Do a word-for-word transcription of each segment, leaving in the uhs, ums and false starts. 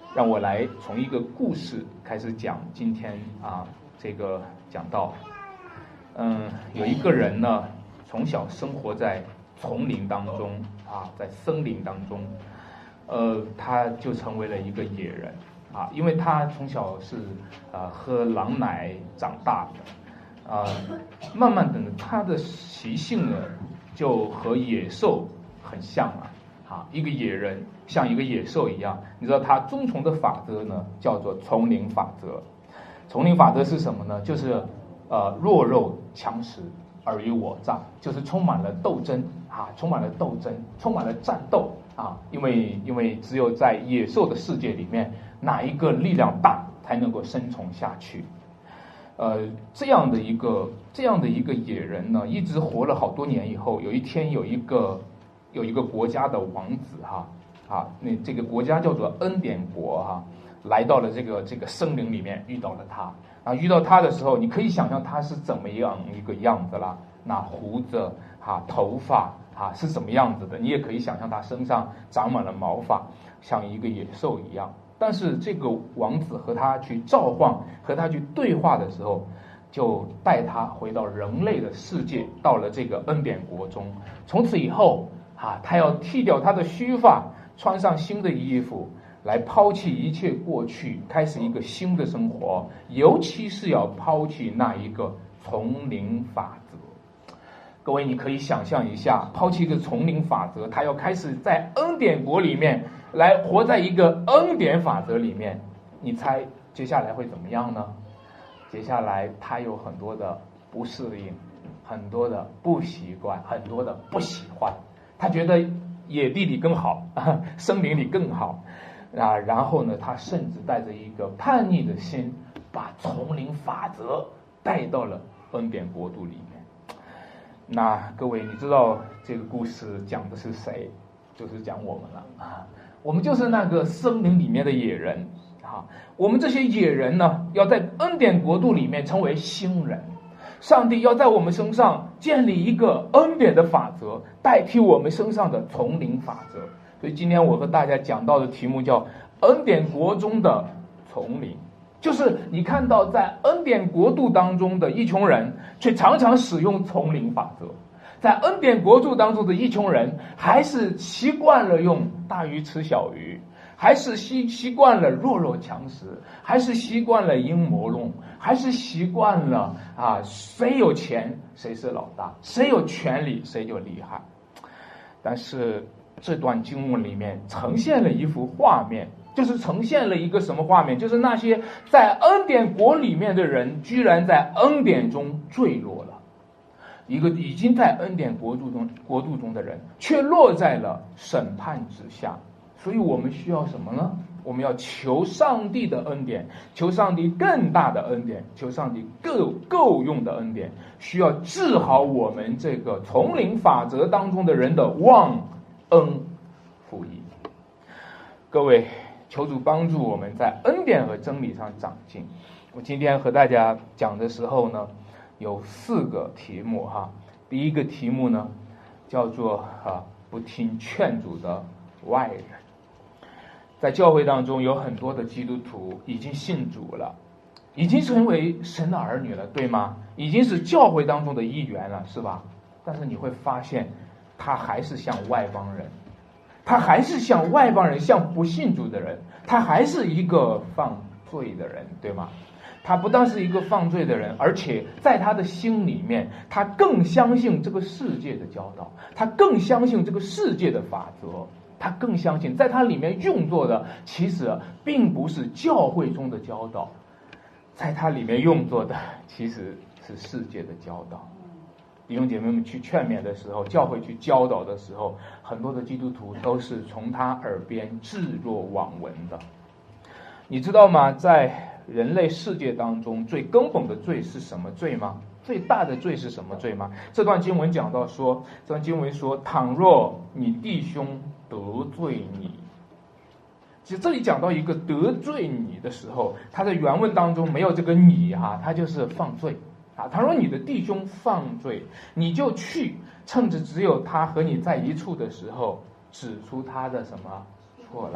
让我来从一个故事开始讲今天啊这个讲道。嗯，有一个人呢，从小生活在丛林当中啊，在森林当中，呃，他就成为了一个野人啊，因为他从小是啊喝狼奶长大的，啊，慢慢的呢，他的习性呢就和野兽很像啊。啊，一个野人像一个野兽一样，你知道他遵从的法则呢，叫做丛林法则。丛林法则是什么呢？就是呃弱肉强食，尔虞我诈，就是充满了斗争啊，充满了斗争，充满了战斗啊。因为因为只有在野兽的世界里面，哪一个力量大，才能够生存下去。呃，这样的一个这样的一个野人呢，一直活了好多年以后，有一天有一个。有一个国家的王子哈啊，那这个国家叫做恩典国哈，来到了这个这个森林里面，遇到了他啊，遇到他的时候，你可以想象他是怎么样一个样子啦，那胡子哈、头发哈是什么样子的，你也可以想象他身上长满了毛发，像一个野兽一样。但是这个王子和他去召唤、和他去对话的时候，就带他回到人类的世界，到了这个恩典国中。从此以后。啊，他要剃掉他的须发，穿上新的衣服，来抛弃一切过去，开始一个新的生活。尤其是要抛弃那一个丛林法则。各位，你可以想象一下，抛弃一个丛林法则，他要开始在恩典国里面来活在一个恩典法则里面。你猜接下来会怎么样呢？接下来他有很多的不适应，很多的不习惯，很多的不喜欢。他觉得野地里更好，啊，森林里更好，啊，然后呢，他甚至带着一个叛逆的心，把丛林法则带到了恩典国度里面。那各位，你知道这个故事讲的是谁？就是讲我们了啊，我们就是那个森林里面的野人啊。我们这些野人呢，要在恩典国度里面成为新人。上帝要在我们身上建立一个恩典的法则，代替我们身上的丛林法则。所以今天我和大家讲到的题目叫恩典国中的丛林，就是你看到在恩典国度当中的一群人却常常使用丛林法则，在恩典国度当中的一群人还是习惯了用大鱼吃小鱼，还是习习惯了弱肉强食，还是习惯了阴谋论，还是习惯了啊，谁有钱谁是老大，谁有权力谁就厉害。但是这段经文里面呈现了一幅画面，就是呈现了一个什么画面？就是那些在恩典国里面的人，居然在恩典中坠落了。一个已经在恩典国度中国度中的人，却落在了审判之下。所以我们需要什么呢？我们要求上帝的恩典，求上帝更大的恩典，求上帝够够用的恩典，需要治好我们这个丛林法则当中的人的忘恩负义。各位，求主帮助我们在恩典和真理上长进。我今天和大家讲的时候呢，有四个题目哈。第一个题目呢，叫做啊不听劝阻的外人。在教会当中有很多的基督徒已经信主了，已经成为神的儿女了，对吗？已经是教会当中的一员了，是吧？但是你会发现他还是像外邦人，他还是像外邦人，像不信主的人，他还是一个犯罪的人，对吗？他不但是一个犯罪的人，而且在他的心里面，他更相信这个世界的教导，他更相信这个世界的法则，他更相信在他里面运作的其实并不是教会中的教导，在他里面运作的其实是世界的教导。弟兄姐妹们去劝勉的时候，教会去教导的时候，很多的基督徒都是从他耳边置若罔闻的。你知道吗？在人类世界当中最根本的罪是什么罪吗？最大的罪是什么罪吗？这段经文讲到说，这段经文说，倘若你弟兄得罪你，其实这里讲到一个得罪你的时候，他在原文当中没有这个你哈，他就是犯罪啊。倘若你的弟兄犯罪，你就去趁着只有他和你在一处的时候，指出他的什么错来，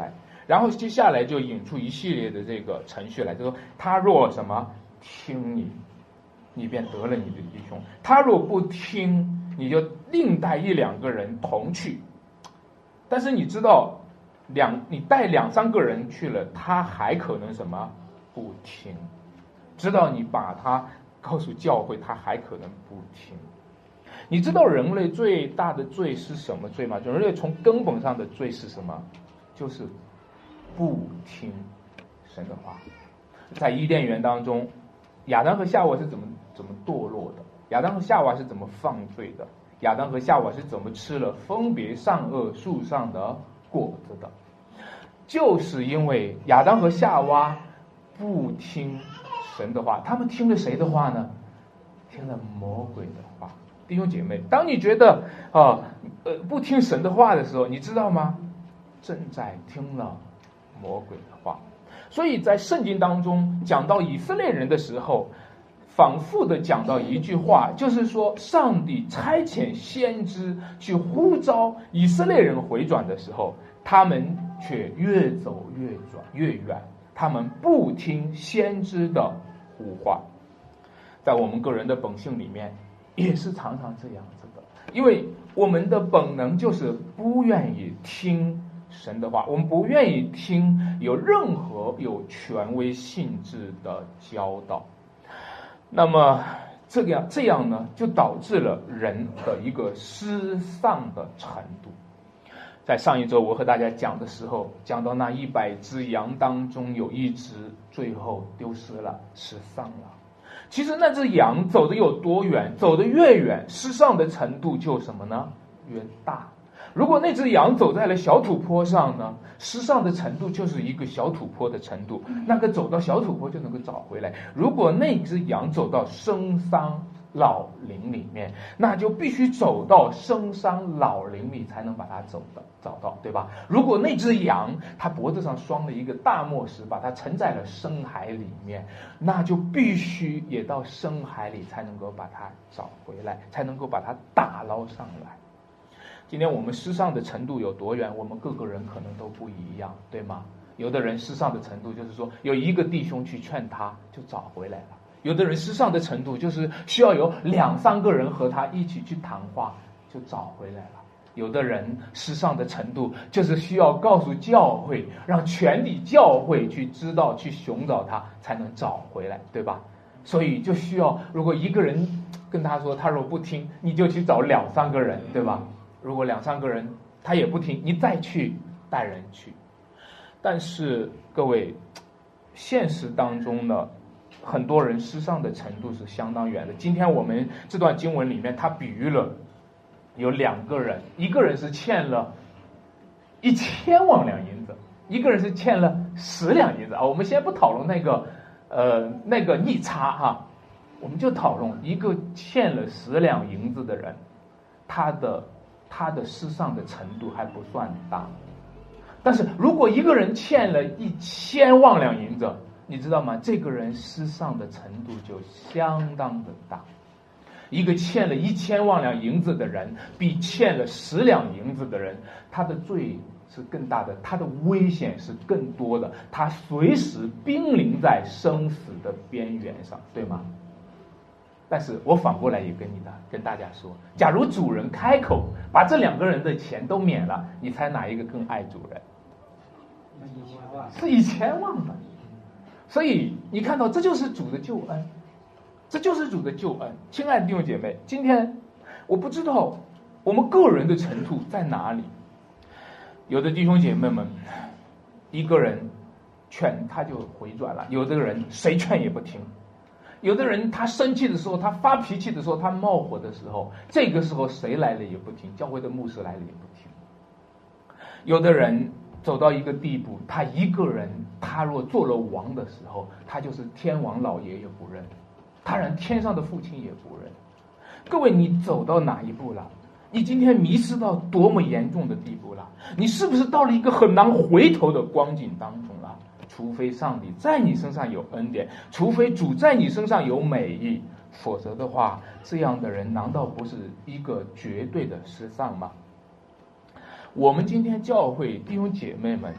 然后接下来就引出一系列的这个程序来，就说他若什么听你，你便得了你的弟兄；他若不听，你就另带一两个人同去。但是你知道，两你带两三个人去了，他还可能什么不听，直到你把他告诉教会，他还可能不听。你知道人类最大的罪是什么罪吗？人类从根本上的罪是什么？就是不听神的话。在伊甸园当中，亚当和夏娃是怎么怎么堕落的？亚当和夏娃是怎么犯罪的？亚当和夏娃是怎么吃了分别善恶树上的果子的？就是因为亚当和夏娃不听神的话。他们听了谁的话呢？听了魔鬼的话。弟兄姐妹，当你觉得啊呃不听神的话的时候，你知道吗？正在听了魔鬼的话。所以在圣经当中讲到以色列人的时候，反复的讲到一句话，就是说上帝差遣先知去呼召以色列人回转的时候，他们却越走越转越远，他们不听先知的呼唤。在我们个人的本性里面也是常常这样子的，因为我们的本能就是不愿意听神的话，我们不愿意听有任何有权威性质的教导。那么这样这样呢，就导致了人的一个失丧的程度。在上一周我和大家讲的时候，讲到那一百只羊当中有一只最后丢失了，失丧了。其实那只羊走的有多远，走得越远，失丧的程度就什么呢？越大。如果那只羊走在了小土坡上呢，失丧的程度就是一个小土坡的程度，那个走到小土坡就能够找回来。如果那只羊走到深山老林里面，那就必须走到深山老林里才能把它走的找到，对吧？如果那只羊它脖子上拴了一个大磨石，把它沉在了深海里面，那就必须也到深海里才能够把它找回来，才能够把它打捞上来。今天我们失丧的程度有多远，我们各个人可能都不一样，对吗？有的人失丧的程度就是说有一个弟兄去劝他就找回来了，有的人失丧的程度就是需要有两三个人和他一起去谈话就找回来了，有的人失丧的程度就是需要告诉教会，让全体教会去知道去寻找他才能找回来，对吧？所以就需要，如果一个人跟他说，他若不听，你就去找两三个人，对吧？如果两三个人他也不听，你再去带人去。但是各位，现实当中呢，很多人失丧的程度是相当远的。今天我们这段经文里面，他比喻了有两个人，一个人是欠了一千万两银子，一个人是欠了十两银子啊。我们先不讨论那个呃那个逆差哈，我们就讨论一个欠了十两银子的人，他的他的失丧的程度还不算大。但是如果一个人欠了一千万两银子，你知道吗？这个人失丧的程度就相当的大。一个欠了一千万两银子的人，比欠了十两银子的人，他的罪是更大的，他的危险是更多的，他随时濒临在生死的边缘上，对吗？但是我反过来也跟你的跟大家说，假如主人开口把这两个人的钱都免了，你猜哪一个更爱主人？是一千万的。所以你看到，这就是主的救恩，这就是主的救恩。亲爱的弟兄姐妹，今天我不知道我们个人的程度在哪里。有的弟兄姐妹们，一个人劝他就回转了，有的人谁劝也不听，有的人他生气的时候，他发脾气的时候，他冒火的时候，这个时候谁来了也不听，教会的牧师来了也不听。有的人走到一个地步，他一个人，他若做了王的时候，他就是天王老爷也不认，他连天上的父亲也不认。各位，你走到哪一步了？你今天迷失到多么严重的地步了？你是不是到了一个很难回头的光景当中了？除非上帝在你身上有恩典，除非主在你身上有美意，否则的话，这样的人难道不是一个绝对的失丧吗？我们今天教会弟兄姐妹们，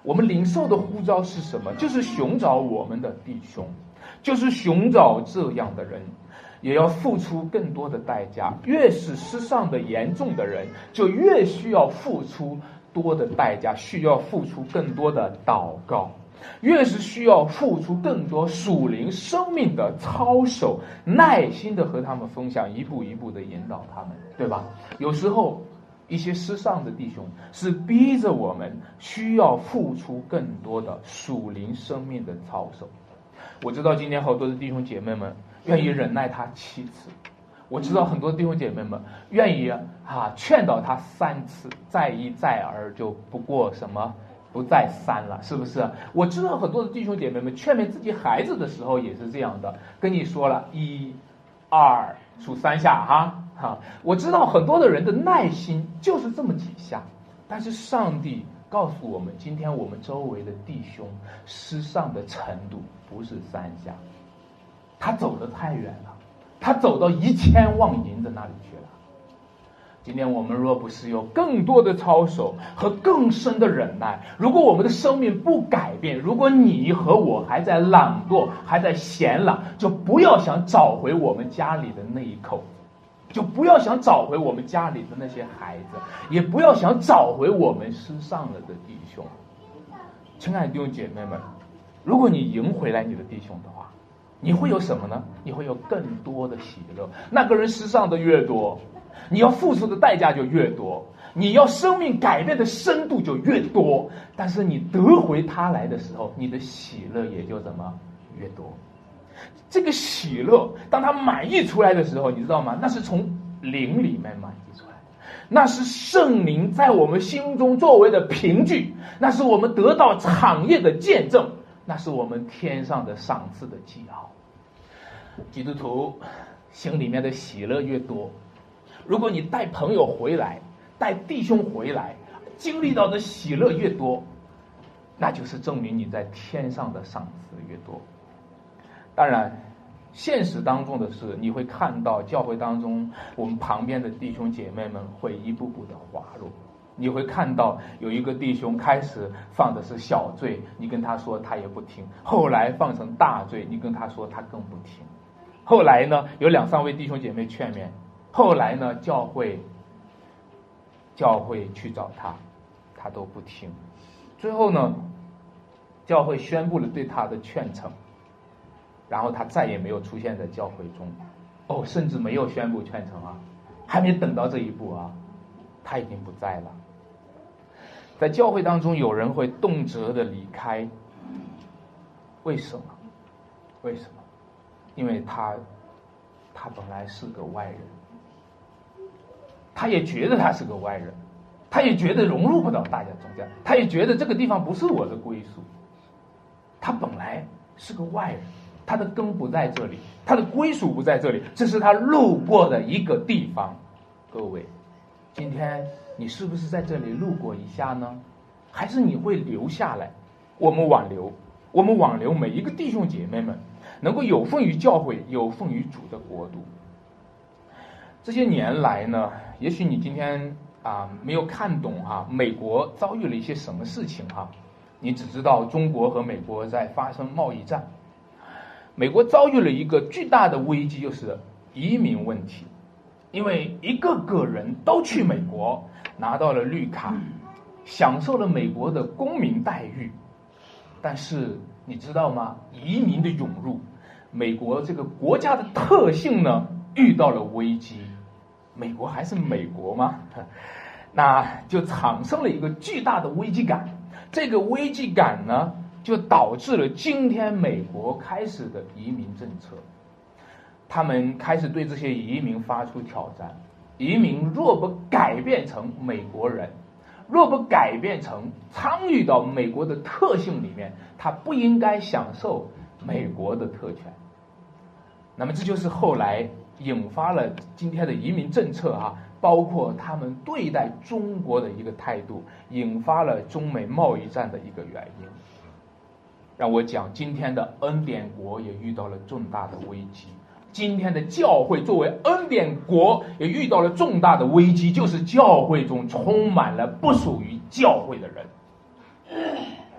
我们领受的呼召是什么？就是寻找我们的弟兄，就是寻找这样的人，也要付出更多的代价。越是失丧的严重的人，就越需要付出多的代价，需要付出更多的祷告，越是需要付出更多属灵生命的操守，耐心的和他们分享，一步一步的引导他们，对吧？有时候一些失丧的弟兄是逼着我们需要付出更多的属灵生命的操守。我知道今天好多的弟兄姐妹们愿意忍耐他七次，我知道很多弟兄姐妹们愿意啊劝导他三次，再一再而就不过什么不再三了，是不是？我知道很多的弟兄姐妹们劝勉自己孩子的时候也是这样的，跟你说了一二数三下哈哈。我知道很多的人的耐心就是这么几下，但是上帝告诉我们，今天我们周围的弟兄失丧的程度不是三下，他走得太远了，他走到一千万银的那里去了。今天我们若不是有更多的操守和更深的忍耐，如果我们的生命不改变，如果你和我还在懒惰，还在闲懒，就不要想找回我们家里的那一口，就不要想找回我们家里的那些孩子，也不要想找回我们失丧了的弟兄。亲爱的弟兄姐妹们，如果你赢回来你的弟兄的话，你会有什么呢？你会有更多的喜乐。那个人失丧的越多，你要付出的代价就越多，你要生命改变的深度就越多，但是你得回他来的时候，你的喜乐也就怎么越多。这个喜乐当他满溢出来的时候，你知道吗？那是从灵里面满溢出来的，那是圣灵在我们心中作为的凭据，那是我们得到产业的见证，那是我们天上的赏赐的记号。基督徒心里面的喜乐越多，如果你带朋友回来，带弟兄回来，经历到的喜乐越多，那就是证明你在天上的赏赐越多。当然现实当中的是，你会看到教会当中我们旁边的弟兄姐妹们会一步步的滑落。你会看到有一个弟兄开始放的是小罪，你跟他说他也不听，后来放成大罪，你跟他说他更不听，后来呢有两三位弟兄姐妹劝勉，后来呢教会教会去找他，他都不听，最后呢教会宣布了对他的劝惩，然后他再也没有出现在教会中。哦，甚至没有宣布劝惩啊，还没等到这一步啊，他已经不在了。在教会当中有人会动辄的离开，为什么？为什么？因为他他本来是个外人，他也觉得他是个外人，他也觉得融入不到大家中间，他也觉得这个地方不是我的归宿，他本来是个外人，他的根不在这里，他的归属不在这里，这是他路过的一个地方。各位，今天你是不是在这里路过一下呢？还是你会留下来？我们挽留，我们挽留每一个弟兄姐妹们能够有份于教会，有份于主的国度。这些年来呢，也许你今天啊没有看懂哈、啊，美国遭遇了一些什么事情哈、啊，你只知道中国和美国在发生贸易战。美国遭遇了一个巨大的危机，就是移民问题，因为一个个人都去美国拿到了绿卡，享受了美国的公民待遇，但是你知道吗？移民的涌入，美国这个国家的特性呢遇到了危机，美国还是美国吗？那就产生了一个巨大的危机感，这个危机感呢就导致了今天美国开始的移民政策，他们开始对这些移民发出挑战。移民若不改变成美国人，若不改变成参与到美国的特性里面，他不应该享受美国的特权。那么这就是后来引发了今天的移民政策啊，包括他们对待中国的一个态度，引发了中美贸易战的一个原因。让我讲，今天的恩典国也遇到了重大的危机，今天的教会作为恩典国也遇到了重大的危机，就是教会中充满了不属于教会的人。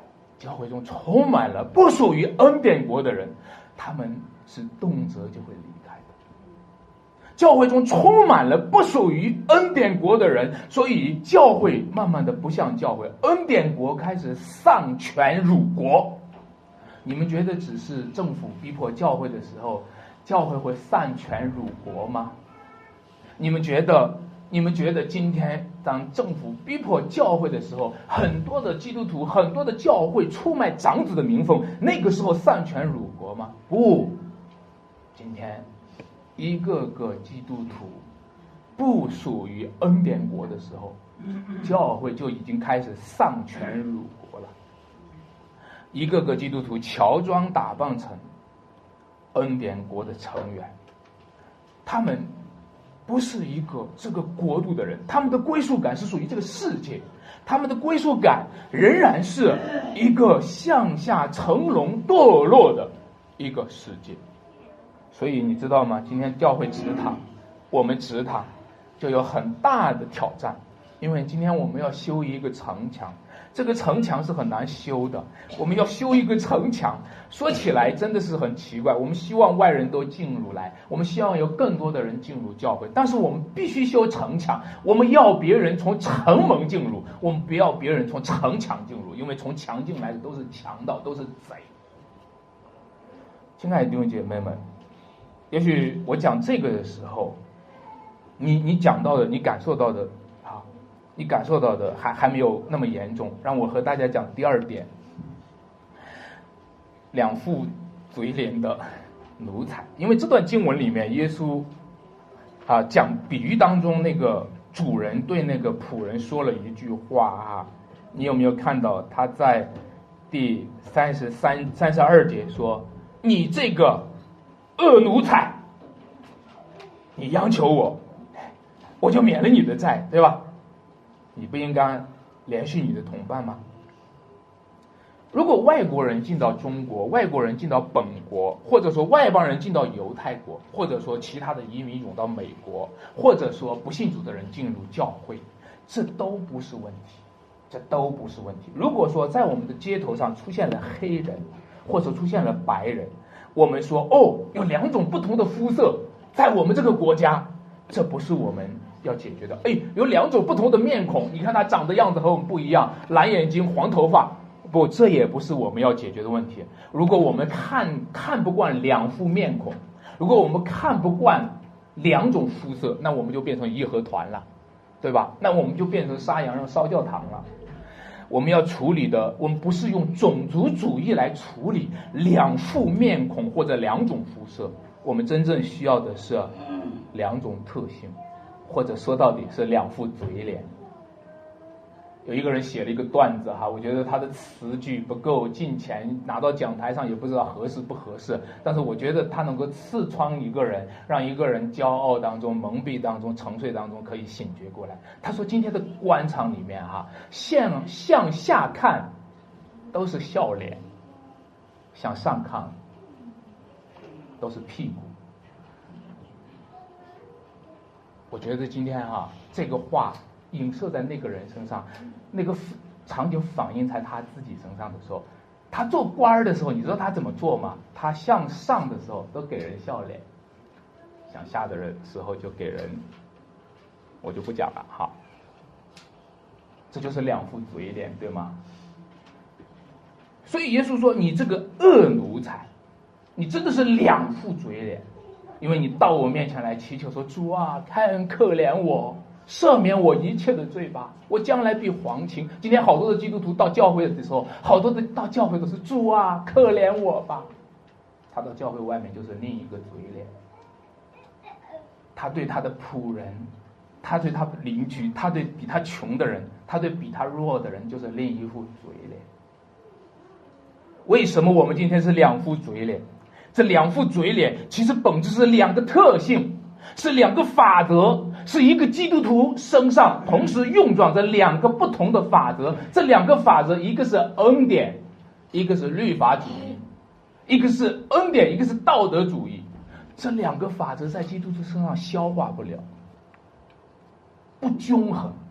教会中充满了不属于恩典国的人，他们是动辄就会离开的。教会中充满了不属于恩典国的人，所以教会慢慢的不像教会，恩典国开始丧权辱国。你们觉得只是政府逼迫教会的时候，教会会丧权辱国吗？你们觉得你们觉得今天当政府逼迫教会的时候，很多的基督徒很多的教会出卖长子的名分，那个时候丧权辱国吗？不，今天一个个基督徒不属于恩典国的时候，教会就已经开始丧权辱国了。一个个基督徒乔装打扮成恩典国的成员，他们不是一个这个国度的人，他们的归属感是属于这个世界，他们的归属感仍然是一个向下沉沦堕落的一个世界。所以你知道吗？今天教会职堂，我们职堂就有很大的挑战，因为今天我们要修一个城墙，这个城墙是很难修的，我们要修一个城墙，说起来真的是很奇怪。我们希望外人都进入来，我们希望有更多的人进入教会，但是我们必须修城墙，我们要别人从城门进入，我们不要别人从城墙进入，因为从墙进来的都是强盗，都是贼。亲爱的弟兄姐妹们，也许我讲这个的时候，你你讲到的，你感受到的啊，你感受到的还还没有那么严重。让我和大家讲第二点，两副嘴脸的奴才。因为这段经文里面，耶稣啊讲比喻当中那个主人对那个仆人说了一句话啊，你有没有看到？他在第三十三、三十二节说：“你这个恶奴才，你央求我，我就免了你的债，对吧？你不应该连续你的同伴吗？”如果外国人进到中国，外国人进到本国，或者说外邦人进到犹太国，或者说其他的移民涌到美国，或者说不信主的人进入教会，这都不是问题，这都不是问题。如果说在我们的街头上出现了黑人，或者出现了白人，我们说哦，有两种不同的肤色在我们这个国家，这不是我们要解决的。哎，有两种不同的面孔，你看他长的样子和我们不一样，蓝眼睛黄头发，不，这也不是我们要解决的问题。如果我们看看不惯两副面孔，如果我们看不惯两种肤色，那我们就变成义和团了，对吧？那我们就变成杀羊肉烧教堂了。我们要处理的，我们不是用种族主义来处理两副面孔或者两种肤色，我们真正需要的是两种特性，或者说到底是两副嘴脸。有一个人写了一个段子哈，我觉得他的词句不够近前，拿到讲台上也不知道合适不合适，但是我觉得他能够刺穿一个人，让一个人骄傲当中、蒙蔽当中、沉睡当中可以醒觉过来。他说今天的官场里面哈，向向下看都是笑脸，向上看都是屁股。我觉得今天哈，这个话影射在那个人身上，那个场景反映在他自己身上的时候，他做官的时候，你知道他怎么做吗？他向上的时候都给人笑脸，向下的人时候就给人，我就不讲了哈。这就是两副嘴脸，对吗？所以耶稣说你这个恶奴才，你真的是两副嘴脸，因为你到我面前来祈求说，主啊，看可怜我，赦免我一切的罪吧，我将来必黄情。今天好多的基督徒到教会的时候，好多的到教会都是主啊，可怜我吧。他到教会外面就是另一个嘴脸，他对他的仆人，他对他的邻居，他对比他穷的人，他对比他弱的人，就是另一副嘴脸。为什么我们今天是两副嘴脸？这两副嘴脸其实本质是两个特性，是两个法则，是一个基督徒身上同时运转着两个不同的法则。这两个法则，一个是恩典，一个是律法主义，一个是恩典，一个是道德主义。这两个法则在基督徒身上消化不了，不均衡。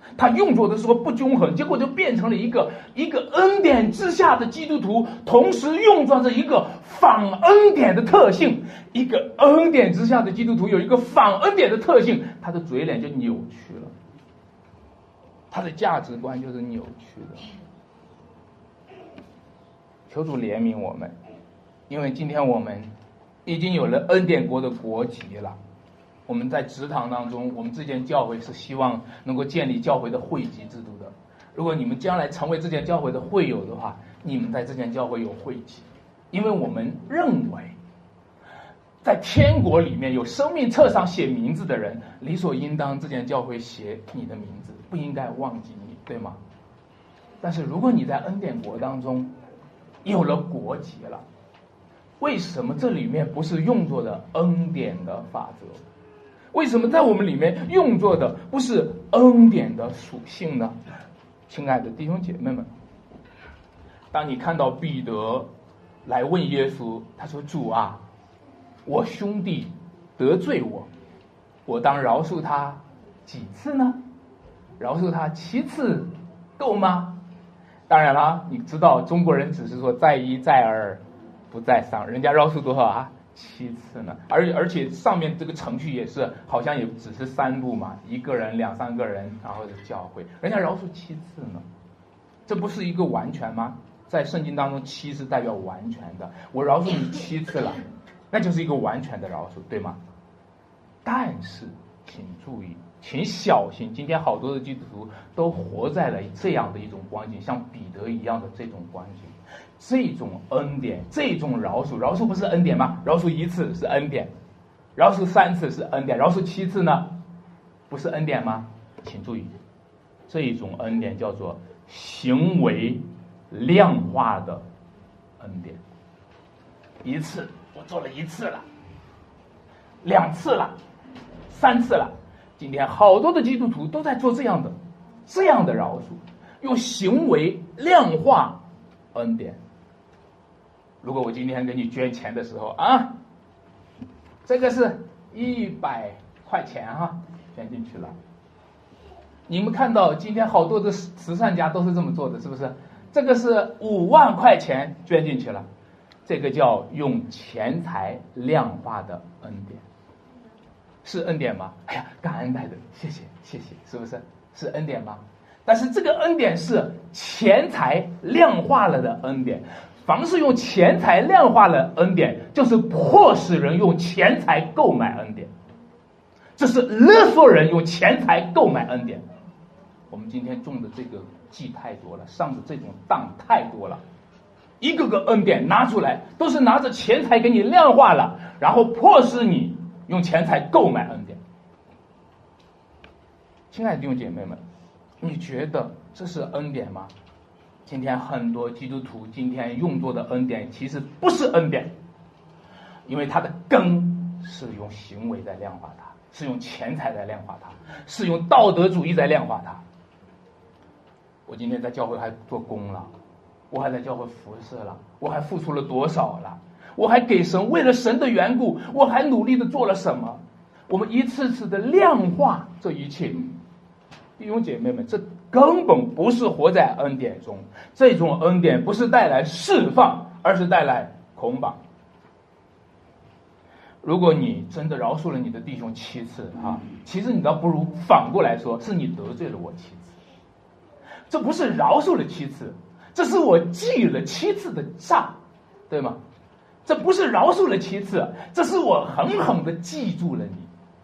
他运作的时候不均衡，结果就变成了一个一个恩典之下的基督徒，同时运作着一个反恩典的特性。一个恩典之下的基督徒有一个反恩典的特性，他的嘴脸就扭曲了，他的价值观就是扭曲的。求主怜悯我们，因为今天我们已经有了恩典国的国籍了。我们在职场当中，我们这间教会是希望能够建立教会的会籍制度的。如果你们将来成为这间教会的会友的话，你们在这间教会有会籍，因为我们认为在天国里面有生命册上写名字的人，理所应当这间教会写你的名字，不应该忘记你，对吗？但是如果你在恩典国当中有了国籍了，为什么这里面不是用作的恩典的法则？为什么在我们里面用作的不是恩典的属性呢？亲爱的弟兄姐妹们，当你看到彼得来问耶稣，他说：主啊，我兄弟得罪我，我当饶恕他几次呢？饶恕他七次够吗？当然了，你知道中国人只是说再一再二不再三，人家饶恕多少啊？七次呢？而而且上面这个程序也是好像也只是三步嘛，一个人两三个人，然后是教会，人家饶恕七次呢，这不是一个完全吗？在圣经当中，七是代表完全的，我饶恕你七次了，那就是一个完全的饶恕，对吗？但是请注意，请小心，今天好多的基督徒都活在了这样的一种光景，像彼得一样的这种光景。这种恩典，这种饶恕，饶恕不是恩典吗？饶恕一次是恩典，饶恕三次是恩典，饶恕七次呢，不是恩典吗？请注意，这种恩典叫做行为量化的恩典。一次我做了一次了，两次了，三次了，今天好多的基督徒都在做这样的这样的饶恕，用行为量化恩典。如果我今天给你捐钱的时候啊，这个是一百块钱哈、啊，捐进去了。你们看到今天好多的慈善家都是这么做的，是不是？这个是五万块钱捐进去了，这个叫用钱财量化的恩典，是恩典吗？哎呀，感恩戴德，谢谢谢谢，是不是？是恩典吗？但是这个恩典是钱财量化了的恩典。凡是用钱财量化了恩典，就是迫使人用钱财购买恩典，这是勒索人用钱财购买恩典。我们今天中的这个计太多了，上的这种当太多了，一个个恩典拿出来，都是拿着钱财给你量化了，然后迫使你用钱财购买恩典。亲爱的弟兄姐妹们，你觉得这是恩典吗？今天很多基督徒今天用作的恩典其实不是恩典，因为它的根是用行为在量化它，是用钱财在量化它，是用道德主义在量化它。我今天在教会还做工了，我还在教会服侍了，我还付出了多少了，我还给神，为了神的缘故，我还努力的做了什么。我们一次次的量化这一切，弟兄姐妹们，这根本不是活在恩典中。这种恩典不是带来释放，而是带来捆绑。如果你真的饶恕了你的弟兄七次啊，其实你倒不如反过来说，是你得罪了我七次。这不是饶恕了七次，这是我记了七次的账，对吗？这不是饶恕了七次，这是我狠狠的记住了你。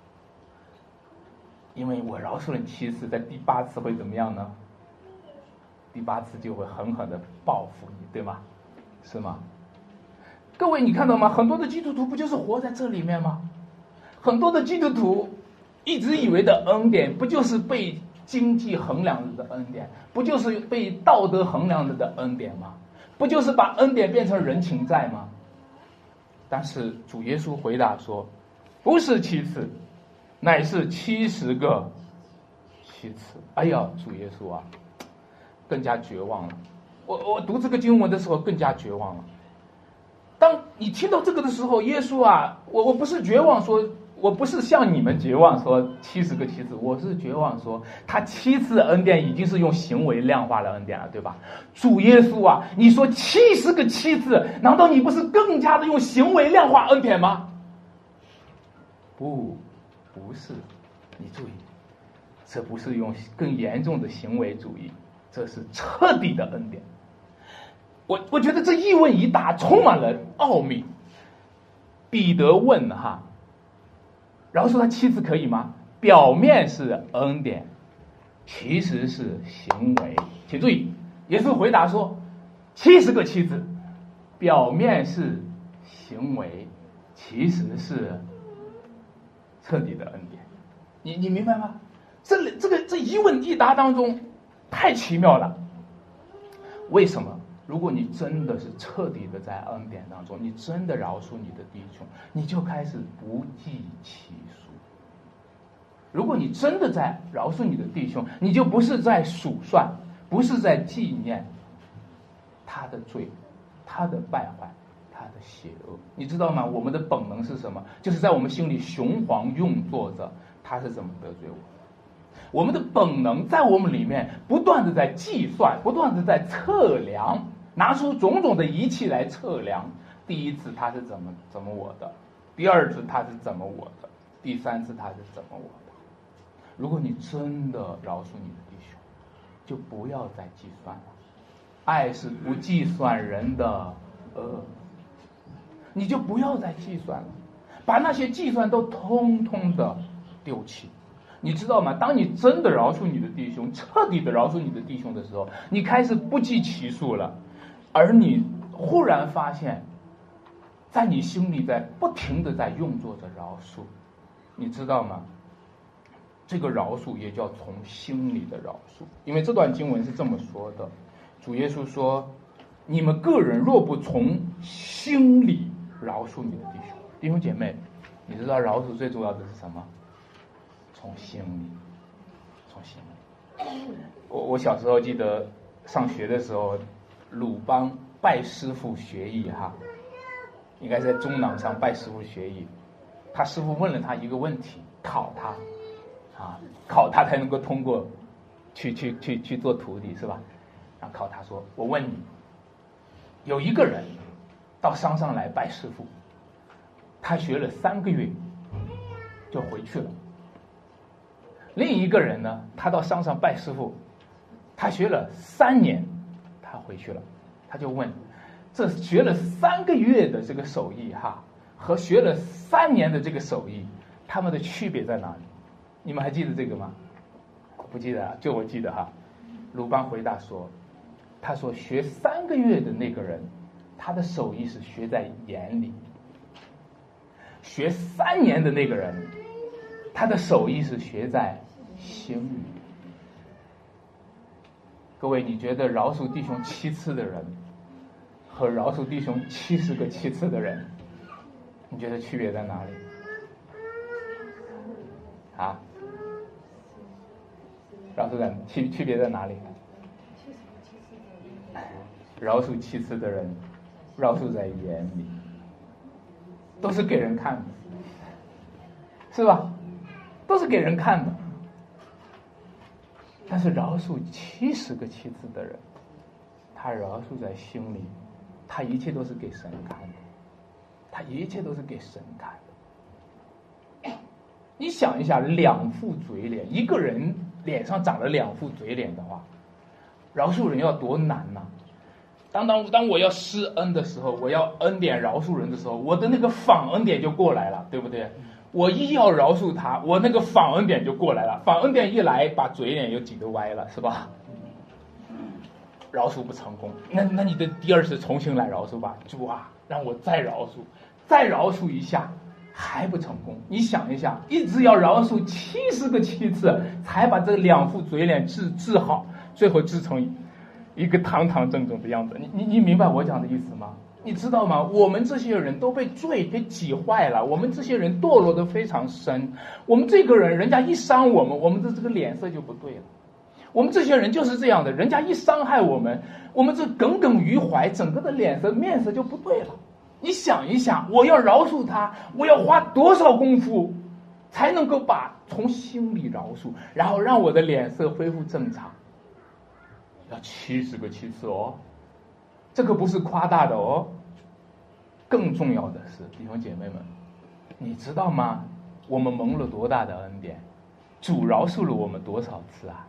因为我饶恕了你七次，在第八次会怎么样呢？第八次就会狠狠的报复你，对吗？是吗？各位，你看到吗？很多的基督徒不就是活在这里面吗？很多的基督徒一直以为的恩典，不就是被经济衡量了的恩典，不就是被道德衡量了的恩典吗？不就是把恩典变成人情债吗？但是主耶稣回答说，不是七次，乃是七十个七次。哎呀，主耶稣啊，更加绝望了。我我读这个经文的时候更加绝望了。当你听到这个的时候，耶稣啊，我我不是绝望说我不是向你们绝望说七十个七次，我是绝望说他七次恩典已经是用行为量化了恩典了，对吧？主耶稣啊，你说七十个七次，难道你不是更加的用行为量化恩典吗？不，不是，你注意，这不是用更严重的行为主义，这是彻底的恩典。我我觉得这一问一答充满了奥秘。彼得问哈，饶恕他七次可以吗？表面是恩典，其实是行为。请注意，耶稣回答说，七十个七次，表面是行为，其实是彻底的恩典。你你明白吗？这这个这一问一答当中太奇妙了。为什么？如果你真的是彻底的在恩典当中，你真的饶恕你的弟兄，你就开始不计其数。如果你真的在饶恕你的弟兄，你就不是在数算，不是在纪念他的罪，他的败坏，他的邪恶。你知道吗？我们的本能是什么？就是在我们心里雄黄运作着，他是怎么得罪我。我们的本能在我们里面不断的在计算，不断的在测量，拿出种种的仪器来测量。第一次他是怎么怎么我的，第二次他是怎么我的，第三次他是怎么我的。如果你真的饶恕你的弟兄，就不要再计算了。爱是不计算人的恶，你就不要再计算了，把那些计算都通通的丢弃。你知道吗？当你真的饶恕你的弟兄，彻底的饶恕你的弟兄的时候，你开始不计其数了，而你忽然发现，在你心里在不停的在运作着饶恕。你知道吗？这个饶恕也叫从心里的饶恕，因为这段经文是这么说的，主耶稣说，你们个人若不从心里饶恕你的弟兄。弟兄姐妹，你知道饶恕最重要的是什么？从心里，从心里。我我小时候记得上学的时候，鲁邦拜师傅学艺哈，应该在中廊上拜师傅学艺。他师傅问了他一个问题，考他，啊，考他才能够通过，去去去去做徒弟是吧？然后考他说：“我问你，有一个人到山上来拜师傅，他学了三个月就回去了。另一个人呢，他到山上拜师傅，他学了三年，他回去了。他就问，这学了三个月的这个手艺哈，和学了三年的这个手艺，他们的区别在哪里？你们还记得这个吗？不记得啊，就我记得哈。鲁邦回答说，他说学三个月的那个人，他的手艺是学在眼里；学三年的那个人，他的手艺是学在心里。各位，你觉得饶恕弟兄七次的人和饶恕弟兄七十个七次的人，你觉得区别在哪里？啊？饶恕在区区别在哪里？饶恕七次的人，饶恕在眼里，都是给人看的，是吧？都是给人看的。但是饶恕七十个七次的人，他饶恕在心里，他一切都是给神看的，他一切都是给神看的。你想一下，两副嘴脸，一个人脸上长了两副嘴脸的话，饶恕人要多难呐、啊！当当当我要施恩的时候，我要恩典饶恕人的时候，我的那个反恩典就过来了，对不对？我一要饶恕他，我那个反恩典就过来了，反恩典一来，把嘴脸又挤得歪了，是吧？饶恕不成功，那那你的第二次重新来饶恕吧，主啊，让我再饶恕，再饶恕一下，还不成功。你想一下，一直要饶恕七十个七次，才把这两副嘴脸治治好，最后治成一个堂堂正正的样子。你你你明白我讲的意思吗？你知道吗？我们这些人都被罪给挤坏了，我们这些人堕落得非常深。我们这个人，人家一伤我们，我们的这个脸色就不对了。我们这些人就是这样的，人家一伤害我们，我们这耿耿于怀，整个的脸色面色就不对了。你想一想，我要饶恕他，我要花多少功夫？ 才能够把从心里饶恕，然后让我的脸色恢复正常。要七十个七次哦，这个不是夸大的哦。更重要的是，弟兄姐妹们，你知道吗？我们蒙了多大的恩典，主饶恕了我们多少次啊？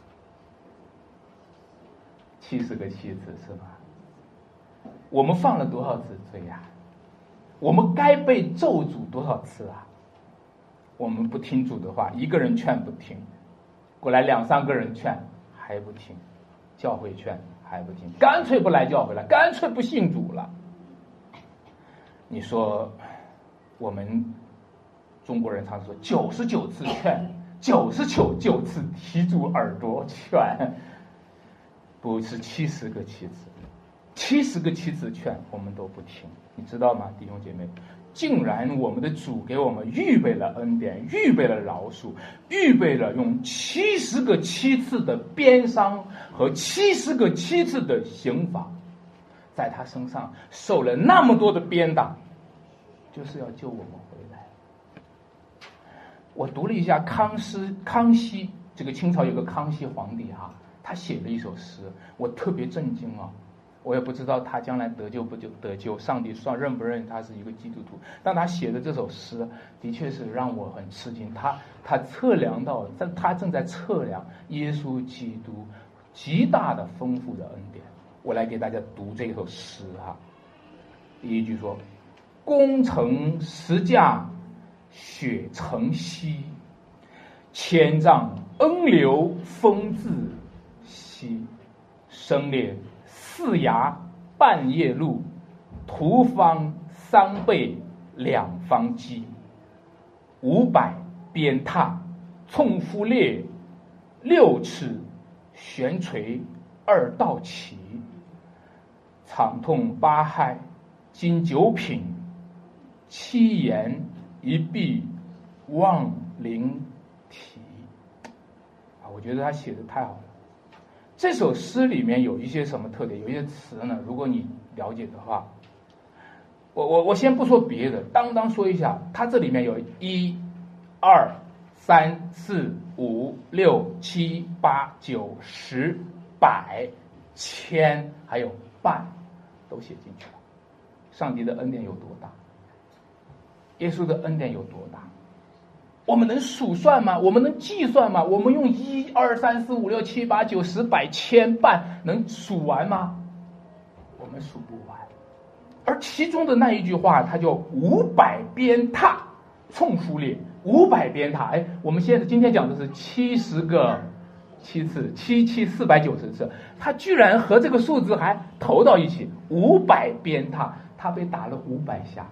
七十个七次是吧？我们犯了多少次罪呀、啊？我们该被咒诅多少次啊？我们不听主的话，一个人劝不听，过来两三个人劝还不听，教会劝还不听，干脆不来教会了，干脆不信主了。你说我们中国人常说九十九次劝，九十九九次提住耳朵劝，不是七十个七次，七十个七次劝我们都不听，你知道吗，弟兄姐妹？竟然我们的主给我们预备了恩典，预备了饶恕，预备了用七十个七次的鞭伤和七十个七次的刑罚，在他身上受了那么多的鞭打，就是要救我们回来。我读了一下康熙，康熙这个清朝有个康熙皇帝哈、啊，他写了一首诗，我特别震惊啊。我也不知道他将来得救不就得救，上帝算认不认他是一个基督徒？但他写的这首诗的确是让我很吃惊。他他测量到，他正在测量耶稣基督极大的丰富的恩典。我来给大家读这首诗哈。第一句说：“功成石架雪成溪，千丈恩流风自息，生烈四崖半夜路，途方三倍两方饥。五百鞭挞冲夫裂，六尺悬垂二道齐。惨痛八害经九品，七言一闭望灵体。”啊，我觉得他写的太好了。这首诗里面有一些什么特点？有一些词呢，如果你了解的话，我我我先不说别的，当当说一下，它这里面有一、二、三、四、五、六、七、八、九、十、百、千，还有半，都写进去了。上帝的恩典有多大？耶稣的恩典有多大？我们能数算吗？我们能计算吗？我们用一二三四五六七八九十百千半能数完吗？我们数不完。而其中的那一句话，它叫五百鞭挞冲夫裂，五百鞭挞。哎，我们现在今天讲的是七十个七次，七七四百九十次，他居然和这个数字还投到一起，五百鞭挞，他被打了五百下。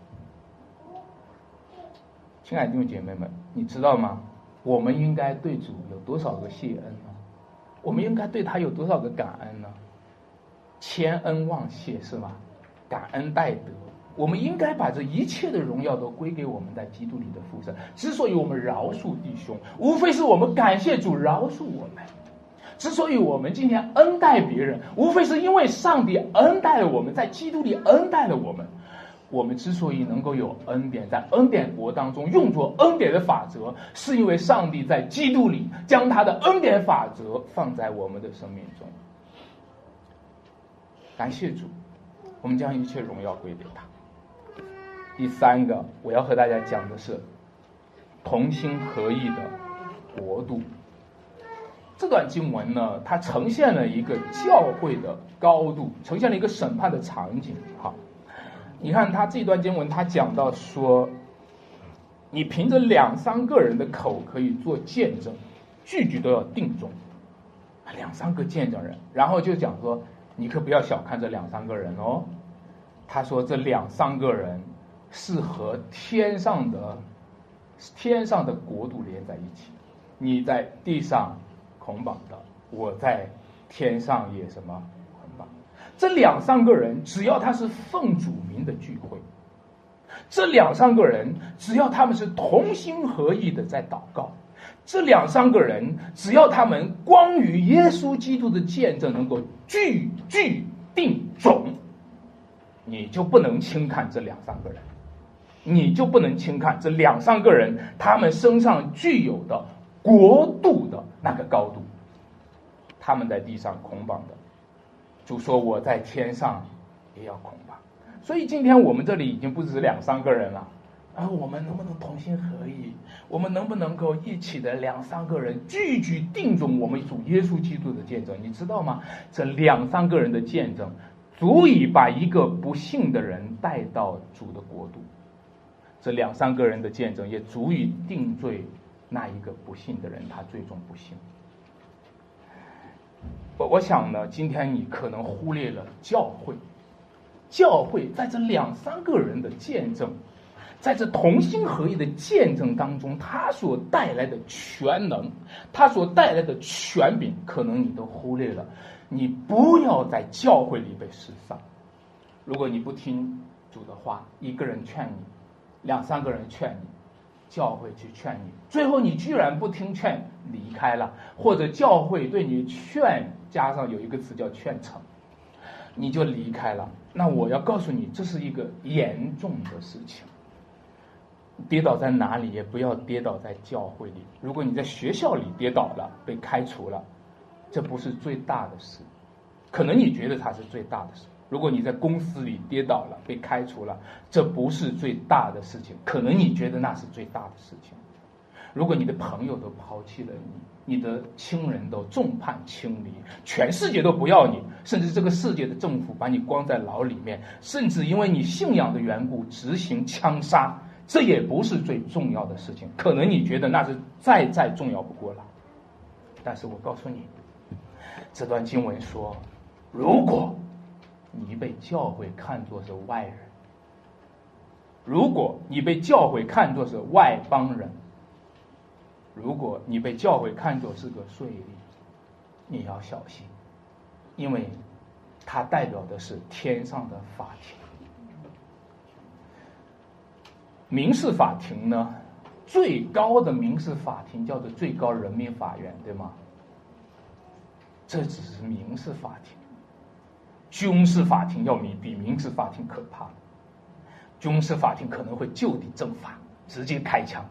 亲爱的弟兄姐妹们，你知道吗？我们应该对主有多少个谢恩呢？我们应该对他有多少个感恩呢？千恩万谢是吗？感恩戴德。我们应该把这一切的荣耀都归给我们在基督里的父神。之所以我们饶恕弟兄，无非是我们感谢主饶恕我们。之所以我们今天恩待别人，无非是因为上帝恩待了我们，在基督里恩待了我们。我们之所以能够有恩典，在恩典国当中用作恩典的法则，是因为上帝在基督里将他的恩典法则放在我们的生命中。感谢主，我们将一切荣耀归给他。第三个我要和大家讲的是同心合意的国度。这段经文呢，它呈现了一个教会的高度，呈现了一个审判的场景。好，你看他这段经文，他讲到说，你凭着两三个人的口可以做见证，句句都要定中。两三个见证人，然后就讲说，你可不要小看这两三个人哦。他说这两三个人是和天上的天上的国度连在一起，你在地上捆绑的，我在天上也什么捆绑。这两三个人只要他是奉主名的聚会，这两三个人只要他们是同心合意的在祷告，这两三个人只要他们关于耶稣基督的见证能够句句定准，你就不能轻看这两三个人。 你就不能轻看这两三个人他们身上具有的国度的那个高度。他们在地上捆绑的，主说我在天上也要捆绑。所以今天我们这里已经不止两三个人了，而我们能不能同心合意？我们能不能够一起的两三个人句句定中我们主耶稣基督的见证？你知道吗？这两三个人的见证足以把一个不信的人带到主的国度，这两三个人的见证也足以定罪那一个不信的人，他最终不信。我我想呢，今天你可能忽略了教会，教会在这两三个人的见证，在这同心合意的见证当中，他所带来的全能，他所带来的权柄，可能你都忽略了。你不要在教会里被失丧。如果你不听主的话，一个人劝你，两三个人劝你，教会去劝你，最后你居然不听劝离开了，或者教会对你劝加上有一个词叫劝成，你就离开了，那我要告诉你，这是一个严重的事情。跌倒在哪里也不要跌倒在教会里。如果你在学校里跌倒了被开除了，这不是最大的事，可能你觉得它是最大的事。如果你在公司里跌倒了被开除了，这不是最大的事情，可能你觉得那是最大的事情。如果你的朋友都抛弃了你，你的亲人都众叛亲离，全世界都不要你，甚至这个世界的政府把你关在牢里面，甚至因为你信仰的缘故执行枪杀，这也不是最重要的事情，可能你觉得那是再再重要不过了。但是我告诉你，这段经文说，如果你被教会看作是外人，如果你被教会看作是外邦人，如果你被教会看作是个税吏，你要小心，因为它代表的是天上的法庭。民事法庭呢，最高的民事法庭叫做最高人民法院，对吗？这只是民事法庭，军事法庭要比比民事法庭可怕。军事法庭可能会就地正法，直接开枪。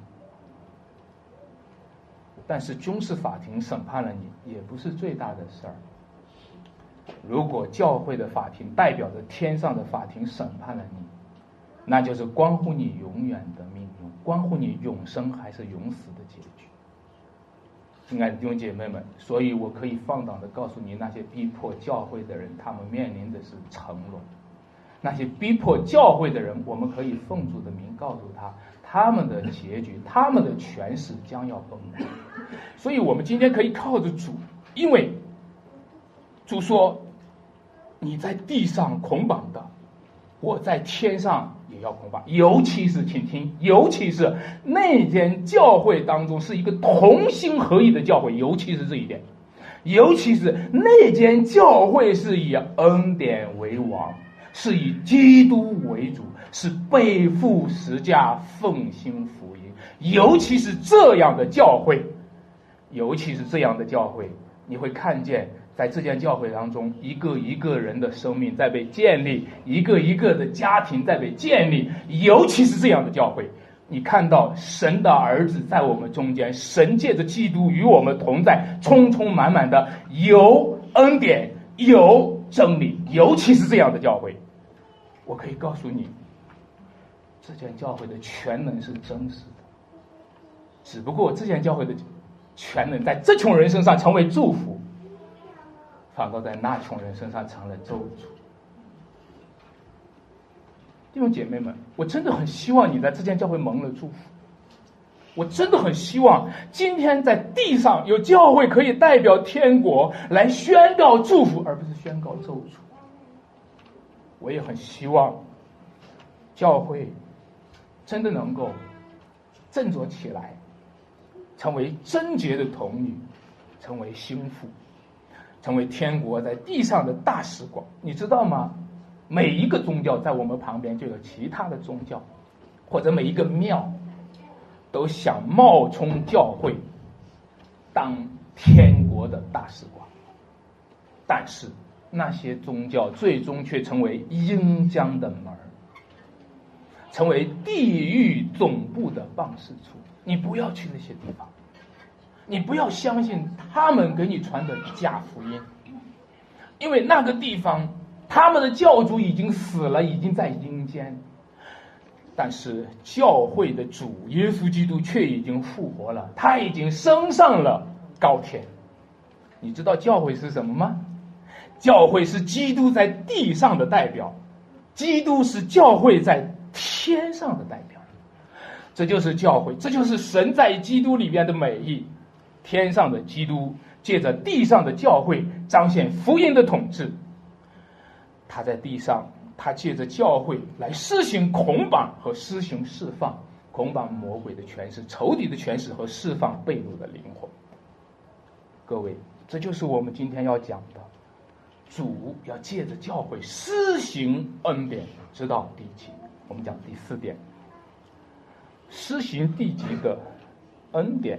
但是军事法庭审判了你，也不是最大的事儿。如果教会的法庭代表着天上的法庭审判了你，那就是关乎你永远的命运，关乎你永生还是永死的结局。亲爱的弟兄姐妹们，所以我可以放胆的告诉你，那些逼迫教会的人，他们面临的是沉沦。那些逼迫教会的人，我们可以奉主的名告诉他，他们的结局，他们的权势将要崩溃。所以我们今天可以靠着主，因为主说，你在地上捆绑的，我在天上也要捆绑。尤其是请听，尤其是那间教会当中是一个同心合意的教会，尤其是这一点，尤其是那间教会是以恩典为王，是以基督为主，是背负十架奉行福音。尤其是这样的教会，尤其是这样的教会，你会看见在这间教会当中，一个一个人的生命在被建立，一个一个的家庭在被建立。尤其是这样的教会，你看到神的儿子在我们中间，神借着基督与我们同在，充充满满的有恩典，有真理。尤其是这样的教会，我可以告诉你，这间教会的全能是真实的，只不过这间教会的全能在这群人身上成为祝福，反倒在那群人身上成了咒诅。弟兄姐妹们，我真的很希望你在这间教会蒙了祝福。我真的很希望今天在地上有教会可以代表天国来宣告祝福，而不是宣告咒诅。我也很希望教会真的能够振作起来，成为贞洁的童女，成为心腹，成为天国在地上的大使馆。你知道吗？每一个宗教在我们旁边就有其他的宗教，或者每一个庙都想冒充教会当天国的大使馆，但是那些宗教最终却成为阴间的门。 成为地狱总部的办事处。你不要去那些地方，你不要相信他们给你传的假福音，因为那个地方他们的教主已经死了，已经在阴间，但是教会的主耶稣基督却已经复活了，他已经升上了高天。你知道教会是什么吗？教会是基督在地上的代表，基督是教会在天上的代表。这就是教会，这就是神在基督里边的美意。天上的基督借着地上的教会彰显福音的统治，他在地上，他借着教会来施行捆绑和施行释放，捆绑魔鬼的权势、仇敌的权势和释放被掳的灵魂。各位，这就是我们今天要讲的，主要借着教会施行恩典，直到地极。我们讲第四点，施行地极的恩典。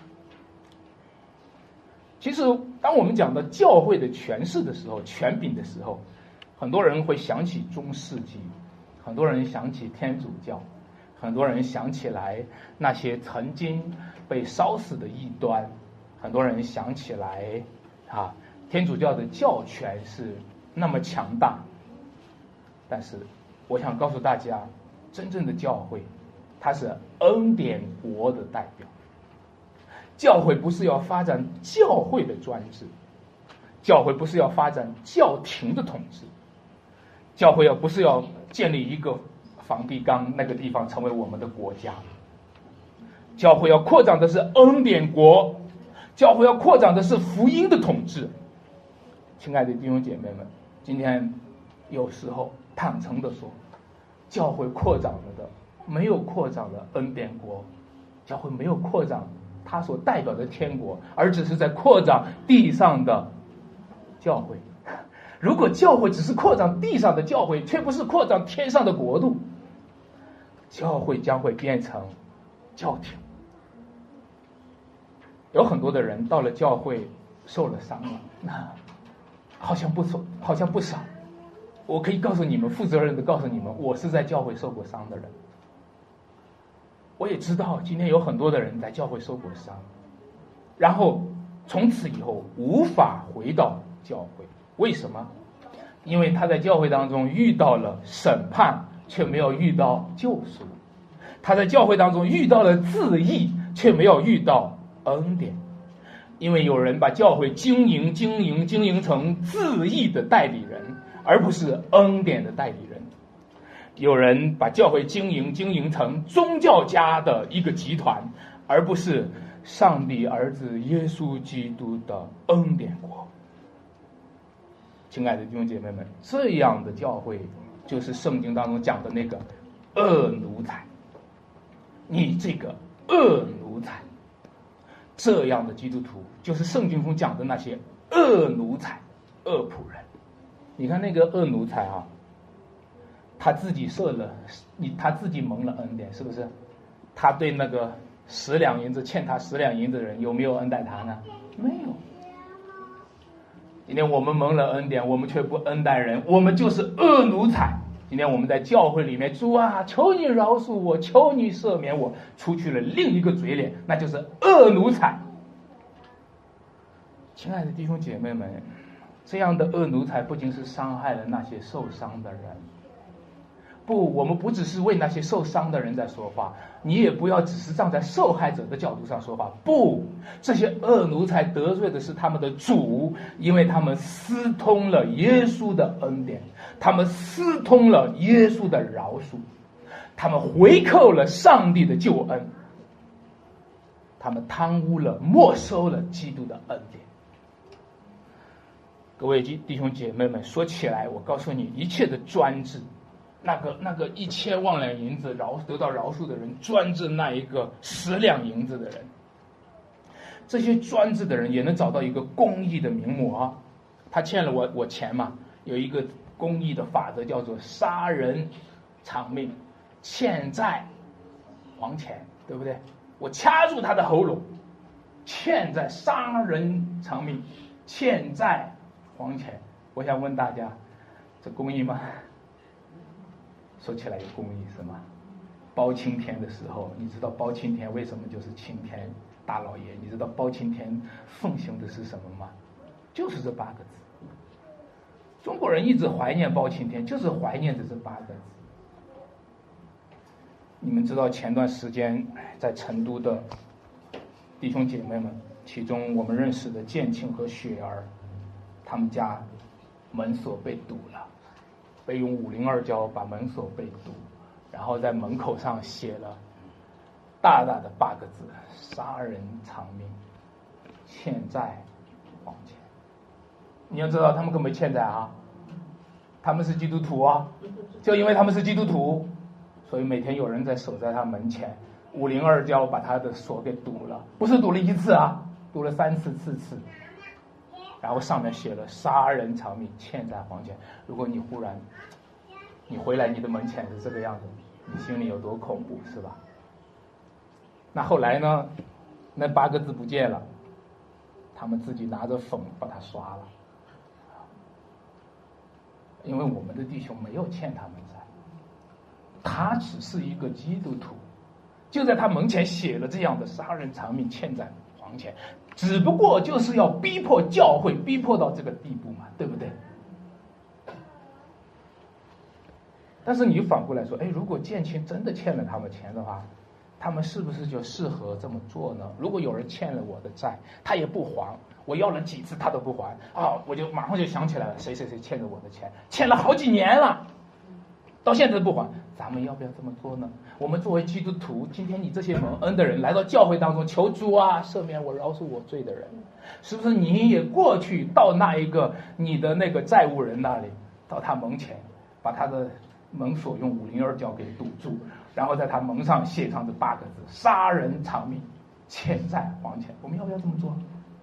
其实当我们讲到教会的权势的时候，权柄的时候，很多人会想起中世纪，很多人想起天主教，很多人想起来那些曾经被烧死的异端，很多人想起来啊，天主教的教权是那么强大。但是我想告诉大家，真正的教会它是恩典国的代表。教会不是要发展教会的专制，教会不是要发展教廷的统治，教会要不是要建立一个梵蒂冈，那个地方成为我们的国家。教会要扩张的是恩典国，教会要扩张的是福音的统治。亲爱的弟兄姐妹们，今天有时候坦诚的说，教会扩张了的没有扩张了恩典国，教会没有扩张它所代表的天国，而只是在扩张地上的教会。如果教会只是扩张地上的教会，却不是扩张天上的国度，教会将会变成教廷。有很多的人到了教会受了伤了，那好像不少，好像不少。我可以告诉你们，负责任的告诉你们，我是在教会受过伤的人。我也知道今天有很多的人在教会受过伤，然后从此以后无法回到教会。为什么？因为他在教会当中遇到了审判，却没有遇到救赎；他在教会当中遇到了自义，却没有遇到恩典。因为有人把教会经营经营经营成自义的代理人，而不是恩典的代理人。有人把教会经营经营成宗教家的一个集团，而不是上帝儿子耶稣基督的恩典国。亲爱的弟兄姐妹们，这样的教会就是圣经当中讲的那个恶奴才。你这个恶奴才，这样的基督徒就是圣经中讲的那些恶奴才、恶仆人。你看那个恶奴才啊，他自己受了，你他自己蒙了恩典，是不是？他对那个十两银子欠他十两银子的人有没有恩待他呢？没有。今天我们蒙了恩典，我们却不恩待人，我们就是恶奴才。今天我们在教会里面，主啊，求你饶恕我，求你赦免我，出去了另一个嘴脸，那就是恶奴才。亲爱的弟兄姐妹们，这样的恶奴才不仅是伤害了那些受伤的人，不，我们不只是为那些受伤的人在说话，你也不要只是站在受害者的角度上说话。不，这些恶奴才得罪的是他们的主，因为他们私通了耶稣的恩典，他们私通了耶稣的饶恕，他们回扣了上帝的救恩，他们贪污了、没收了基督的恩典。各位弟兄姐妹们，说起来，我告诉你，一切的专制，那个那个一千万两银子饶得到饶恕的人，专制那一个十两银子的人，这些专制的人也能找到一个公义的名目啊！他欠了我我钱嘛，有一个公义的法则叫做杀人偿命，欠债还钱，对不对？我掐住他的喉咙，欠债杀人偿命，欠债还钱。我想问大家，这公义吗？说起来有公义是吗？ 包青天的时候，你知道包青天为什么就是青天大老爷？你知道包青天奉行的是什么吗？就是这八个字。中国人一直怀念包青天，就是怀念着这八个字。你们知道前段时间在成都的弟兄姐妹们，其中我们认识的建庆和雪儿，他们家门锁被堵了，被用五零二胶把门锁被堵，然后在门口上写了大大的八个字：杀人偿命，欠债还钱。你要知道他们根本没欠债啊，他们是基督徒啊，就因为他们是基督徒，所以每天有人在守在他门前，五零二胶把他的锁给堵了，不是堵了一次啊，堵了三次四次，然后上面写了杀人偿命，欠债还钱。如果你忽然你回来，你的门前是这个样子，你心里有多恐怖，是吧？那后来呢，那八个字不见了，他们自己拿着粉把它刷了，因为我们的弟兄没有欠他们债，他只是一个基督徒，就在他门前写了这样的杀人偿命，欠债还钱，只不过就是要逼迫教会，逼迫到这个地步嘛，对不对？但是你反过来说，哎，如果建庆真的欠了他们钱的话，他们是不是就适合这么做呢？如果有人欠了我的债，他也不还，我要了几次他都不还啊，我就马上就想起来了，谁谁谁欠着我的钱，欠了好几年了，到现在都不还，咱们要不要这么做呢？我们作为基督徒，今天你这些蒙恩的人来到教会当中，求主啊赦免我，饶恕我罪的人，是不是你也过去到那一个你的那个债务人那里，到他门前，把他的门锁用五零二胶给堵住，然后在他门上写上这八个字：杀人偿命，欠债还钱。我们要不要这么做？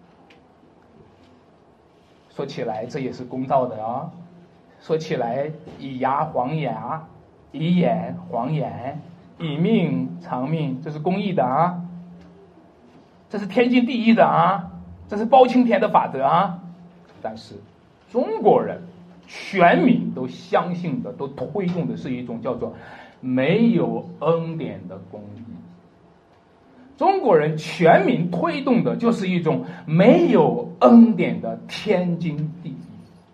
说起来这也是公道的啊，说起来以牙还牙，以眼还眼，以命偿命，这是公义的啊，这是天经地义的啊，这是包青天的法则啊。但是中国人全民都相信的，都推动的是一种叫做没有恩典的公义。中国人全民推动的就是一种没有恩典的天经地义。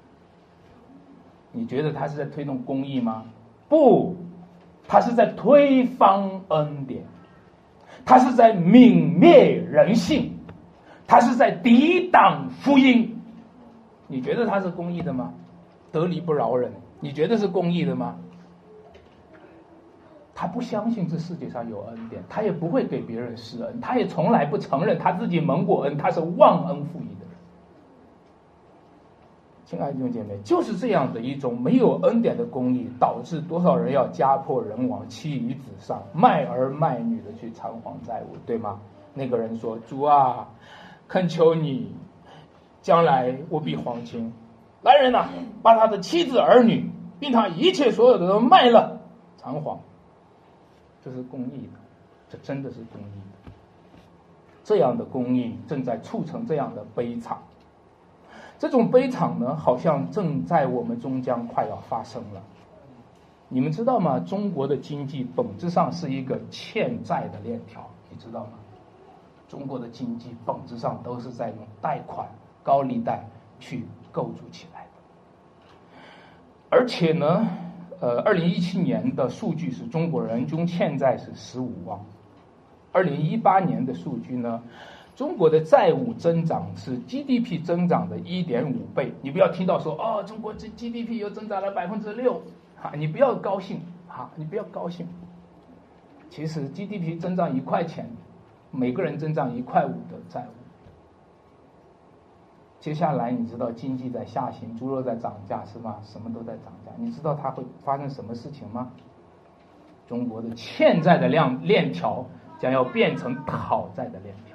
你觉得他是在推动公义吗？不，他是在推翻恩典，他是在泯灭人性，他是在抵挡福音。你觉得他是公义的吗？得理不饶人，你觉得是公义的吗？他不相信这世界上有恩典，他也不会给别人施恩，他也从来不承认他自己蒙过恩，他是忘恩负义的人。亲爱的弟兄姐妹，就是这样的一种没有恩典的公义，导致多少人要家破人亡，妻离子丧，卖儿卖女的去偿还债务，对吗？那个人说：主啊，恳求你，将来我必还清。来人呐、啊，把他的妻子儿女并他一切所有的都卖了偿还。这是公义的，这真的是公义的。这样的公义正在促成这样的悲惨，这种悲惨呢，好像正在我们中间快要发生了。你们知道吗？中国的经济本质上是一个欠债的链条，你知道吗？中国的经济本质上都是在用贷款、高利贷去构筑起来的。而且呢，呃，二零一七年的数据是中国人均欠债是十五万，二零一八年的数据呢，中国的债务增长是 G D P 增长的一点五倍。你不要听到说哦，中国这 G D P 又增长了百分之六，哈，你不要高兴，哈，你不要高兴。其实 G D P 增长一块钱，每个人增长一块五的债务。接下来你知道经济在下行，猪肉在涨价是吗？什么都在涨价。你知道它会发生什么事情吗？中国的欠债的量链条将要变成讨债的链条，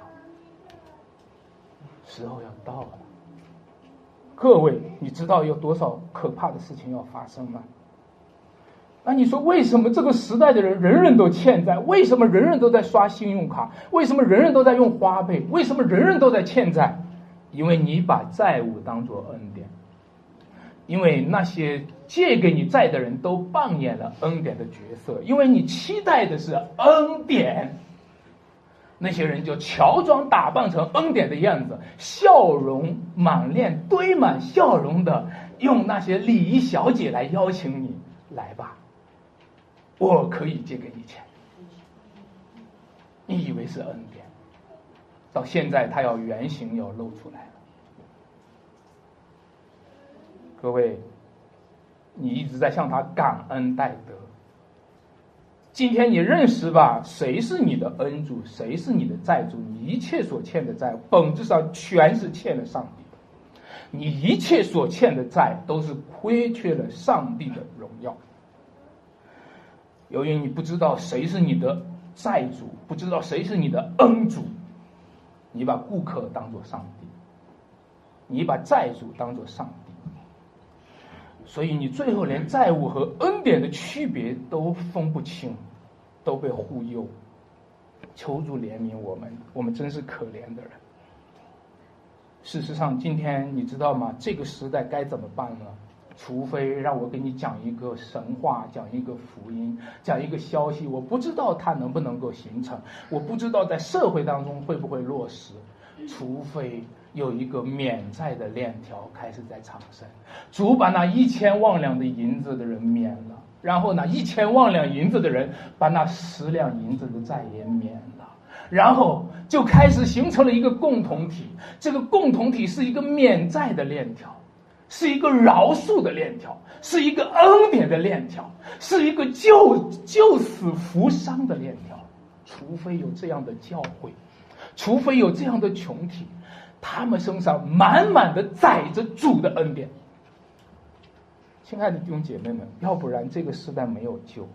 时候要到了。各位，你知道有多少可怕的事情要发生吗？那你说为什么这个时代的人人人都欠债？为什么人人都在刷信用卡？为什么人人都在用花呗？为什么人人都在欠债？因为你把债务当作恩典， 因为那些借给你债的人都扮演了恩典的角色，因为你期待的是恩典，那些人就乔装打扮成恩典的样子，笑容满脸，堆满笑容的用那些礼仪小姐来邀请你来吧，我可以借给你钱。你以为是恩典，到现在他要原形要露出来了。各位，你一直在向他感恩戴德，今天你认识吧，谁是你的恩主，谁是你的债主，你一切所欠的债本质上全是欠了上帝的，你一切所欠的债都是亏缺了上帝的荣耀。由于你不知道谁是你的债主，不知道谁是你的恩主，你把顾客当作上帝，你把债主当作上帝，所以你最后连债务和恩典的区别都分不清，都被忽悠。求主怜悯我们，我们真是可怜的人。事实上今天你知道吗，这个时代该怎么办呢？除非让我给你讲一个神话，讲一个福音，讲一个消息，我不知道它能不能够形成，我不知道在社会当中会不会落实，除非有一个免债的链条开始在产生。主把那一千万两的银子的人免了，然后那一千万两银子的人把那十两银子的债也免了，然后就开始形成了一个共同体。这个共同体是一个免债的链条，是一个饶恕的链条，是一个恩典的链条，是一个救救死扶伤的链条。除非有这样的教会，除非有这样的群体，他们身上满满的载着主的恩典。亲爱的弟兄姐妹们，要不然这个时代没有救。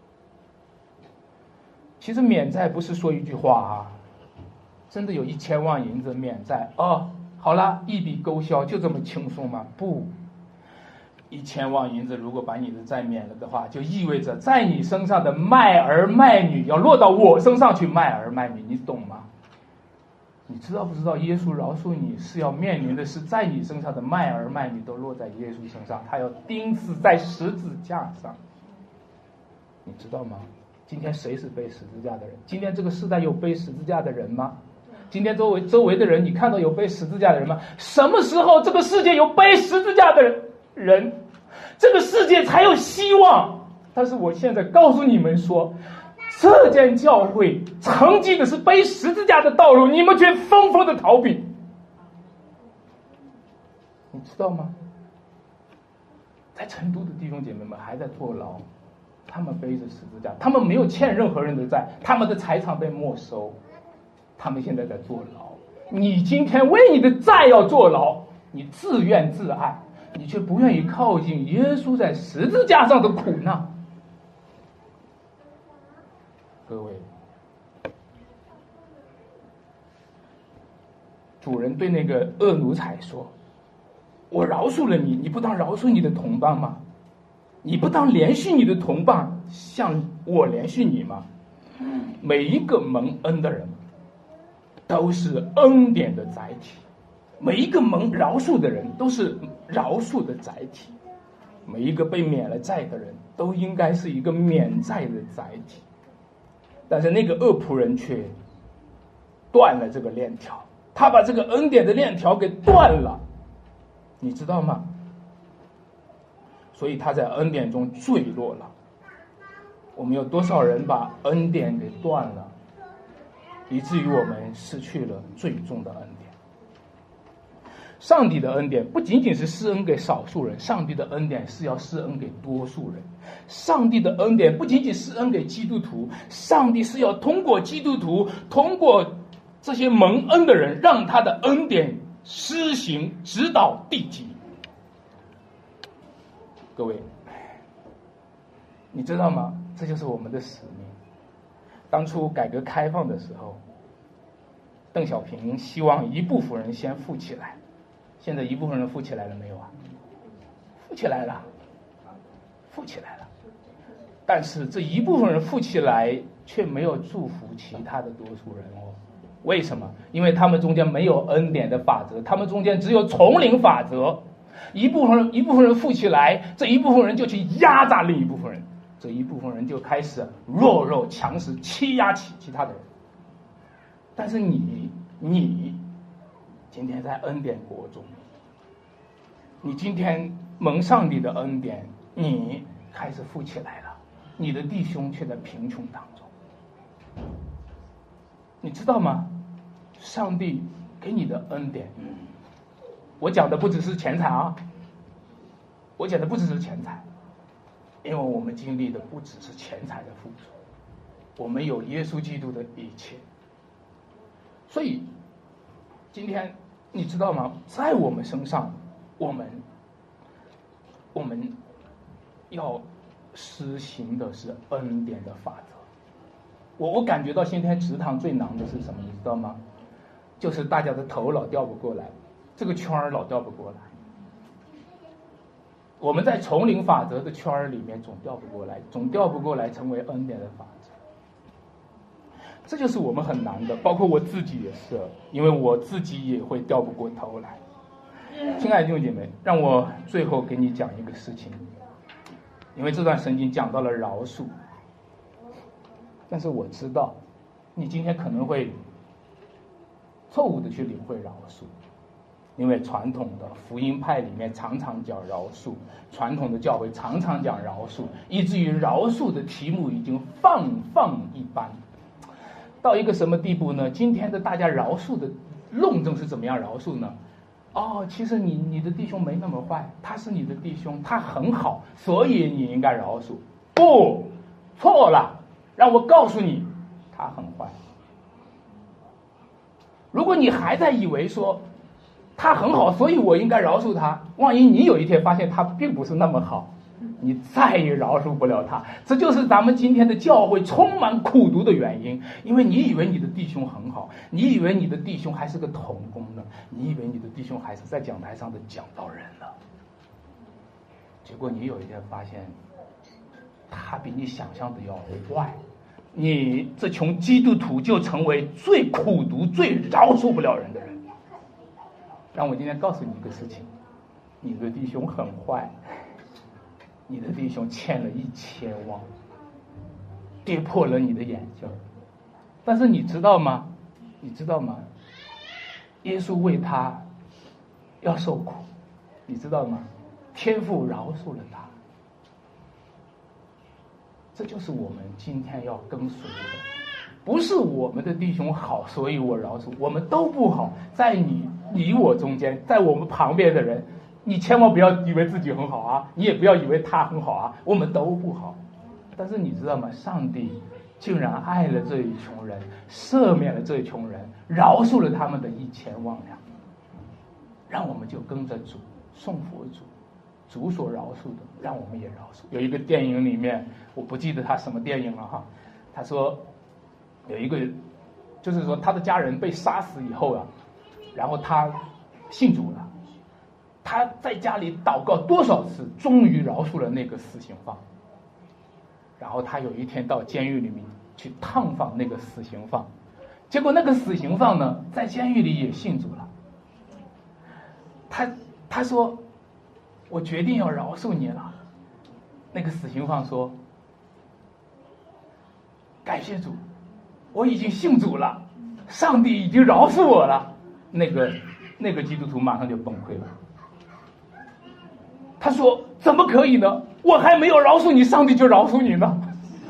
其实免债不是说一句话啊，真的有一千万银子免债哦，好了，一笔勾销，就这么轻松吗？不，一千万银子如果把你的债免了的话，就意味着在你身上的卖儿卖女要落到我身上去卖儿卖女，你懂吗？你知道不知道耶稣饶恕你是要面临的是在你身上的卖儿卖女都落在耶稣身上，他要钉死在十字架上，你知道吗？今天谁是背十字架的人？今天这个世代有背十字架的人吗？今天周围周围的人，你看到有背十字架的人吗？什么时候这个世界有背十字架的人，这个世界才有希望。但是我现在告诉你们说，这间教会曾经的是背十字架的道路，你们却纷纷的逃避，你知道吗？在成都的弟兄姐妹们还在坐牢，他们背着十字架，他们没有欠任何人的债，他们的财产被没收，他们现在在坐牢。你今天为你的债要坐牢，你自怨自艾，你却不愿意靠近耶稣在十字架上的苦难。各位，主人对那个恶奴才说，我饶恕了你，你不当饶恕你的同伴吗？你不当连续你的同伴像我连续你吗？每一个蒙恩的人都是恩典的载体，每一个蒙饶恕的人都是饶恕的载体，每一个被免了债的人都应该是一个免债的载体。但是那个恶仆人却断了这个链条，他把这个恩典的链条给断了，你知道吗？所以他在恩典中坠落了。我们有多少人把恩典给断了，以至于我们失去了最终的恩典。上帝的恩典不仅仅是施恩给少数人，上帝的恩典是要施恩给多数人。上帝的恩典不仅仅施恩给基督徒，上帝是要通过基督徒，通过这些蒙恩的人，让他的恩典施行直到地极。各位，你知道吗？这就是我们的使命。当初改革开放的时候，邓小平希望一部分人先富起来，现在一部分人富起来了没有啊？富起来了，富起来了。但是这一部分人富起来，却没有祝福其他的多数人哦。为什么？因为他们中间没有恩典的法则，他们中间只有丛林法则。 一部分人一部分人富起来，这一部分人就去压榨另一部分人，这一部分人就开始弱肉强食，欺压起其他的人。但是你你今天在恩典国中，你今天蒙上你的恩典，你开始富起来了，你的弟兄却在贫穷当中。你知道吗？上帝给你的恩典，我讲的不只是钱财啊，我讲的不只是钱财，因为我们经历的不只是钱财的付出，我们有耶稣基督的一切。所以今天你知道吗？在我们身上，我们我们要施行的是恩典的法则。我我感觉到今天职堂最难的是什么，你知道吗？就是大家的头老掉不过来，这个圈儿老掉不过来。我们在丛林法则的圈儿里面总掉不过来，总掉不过来成为恩典的法则。这就是我们很难的，包括我自己也是，因为我自己也会掉不过头来。亲爱的弟兄姐妹，让我最后给你讲一个事情，因为这段圣经讲到了饶恕，但是我知道你今天可能会错误的去领会饶恕，因为传统的福音派里面常常讲饶恕，传统的教会常常讲饶恕，以至于饶恕的题目已经放放一般，到一个什么地步呢？今天的大家饶恕的论证是怎么样饶恕呢？哦，其实你你的弟兄没那么坏，他是你的弟兄，他很好，所以你应该饶恕。不，错了，让我告诉你，他很坏。如果你还在以为说他很好，所以我应该饶恕他，万一你有一天发现他并不是那么好，你再也饶恕不了他。这就是咱们今天的教会充满苦毒的原因，因为你以为你的弟兄很好，你以为你的弟兄还是个同工呢，你以为你的弟兄还是在讲台上的讲道人呢，结果你有一天发现他比你想象的要坏，你这群基督徒就成为最苦毒最饶恕不了人的人。让我今天告诉你一个事情，你的弟兄很坏，你的弟兄欠了一千万，跌破了你的眼镜，但是你知道吗？你知道吗？耶稣为他要受苦，你知道吗？天父饶恕了他。这就是我们今天要跟随的，不是我们的弟兄好，所以我饶恕，我们都不好。在你你我中间，在我们旁边的人，你千万不要以为自己很好啊，你也不要以为他很好啊，我们都不好。但是你知道吗？上帝竟然爱了这一群人，赦免了这一群人，饶恕了他们的一千万两，让我们就跟着主，送佛主，主所饶恕的，让我们也饶恕。有一个电影里面，我不记得他什么电影了哈，他说有一个，就是说他的家人被杀死以后啊，然后他信主了，他在家里祷告多少次，终于饶恕了那个死刑犯。然后他有一天到监狱里面去探访那个死刑犯，结果那个死刑犯呢，在监狱里也信主了。他他说：“我决定要饶恕你了。”那个死刑犯说：“感谢主，我已经信主了，上帝已经饶恕我了。”那个那个基督徒马上就崩溃了。他说：“怎么可以呢？我还没有饶恕你，上帝就饶恕你呢？”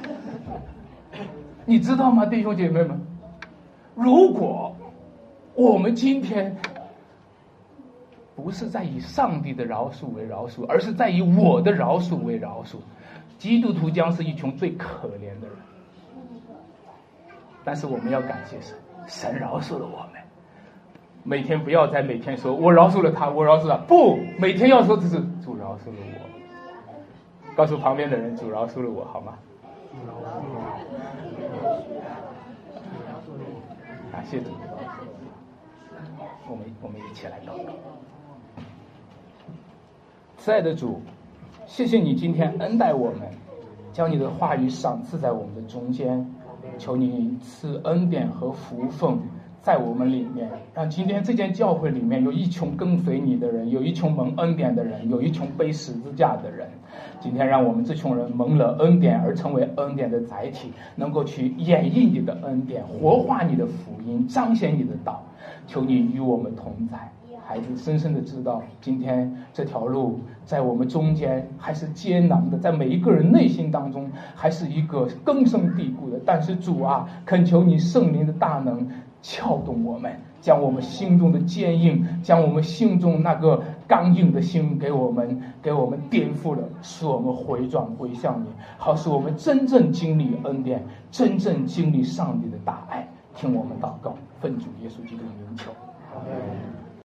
你知道吗，弟兄姐妹们？如果我们今天不是在以上帝的饶恕为饶恕，而是在以我的饶恕为饶恕，基督徒将是一群最可怜的人。但是我们要感谢神，神饶恕了我们。每天不要再每天说我饶恕了他，我饶恕了他，不，每天要说的是主饶恕了我。告诉旁边的人，主饶恕了我，好吗？感谢主，我们我们一起来祷告。慈爱的主，谢谢你今天恩待我们，将你的话语赏赐在我们的中间，求你赐恩典和福分在我们里面，让今天这间教会里面有一群跟随你的人，有一群蒙恩典的人，有一群背十字架的人。今天让我们这群人蒙了恩典而成为恩典的载体，能够去演绎你的恩典，活化你的福音，彰显你的道。求你与我们同在，孩子深深的知道今天这条路在我们中间还是艰难的，在每一个人内心当中还是一个根深蒂固的，但是主啊，恳求你圣灵的大能撬动我们，将我们心中的坚硬，将我们心中那个刚硬的心给我们给我们颠覆了，使我们回转归向你，好使我们真正经历恩典，真正经历上帝的大爱。听我们祷告，奉主耶稣基督的名求，阿们。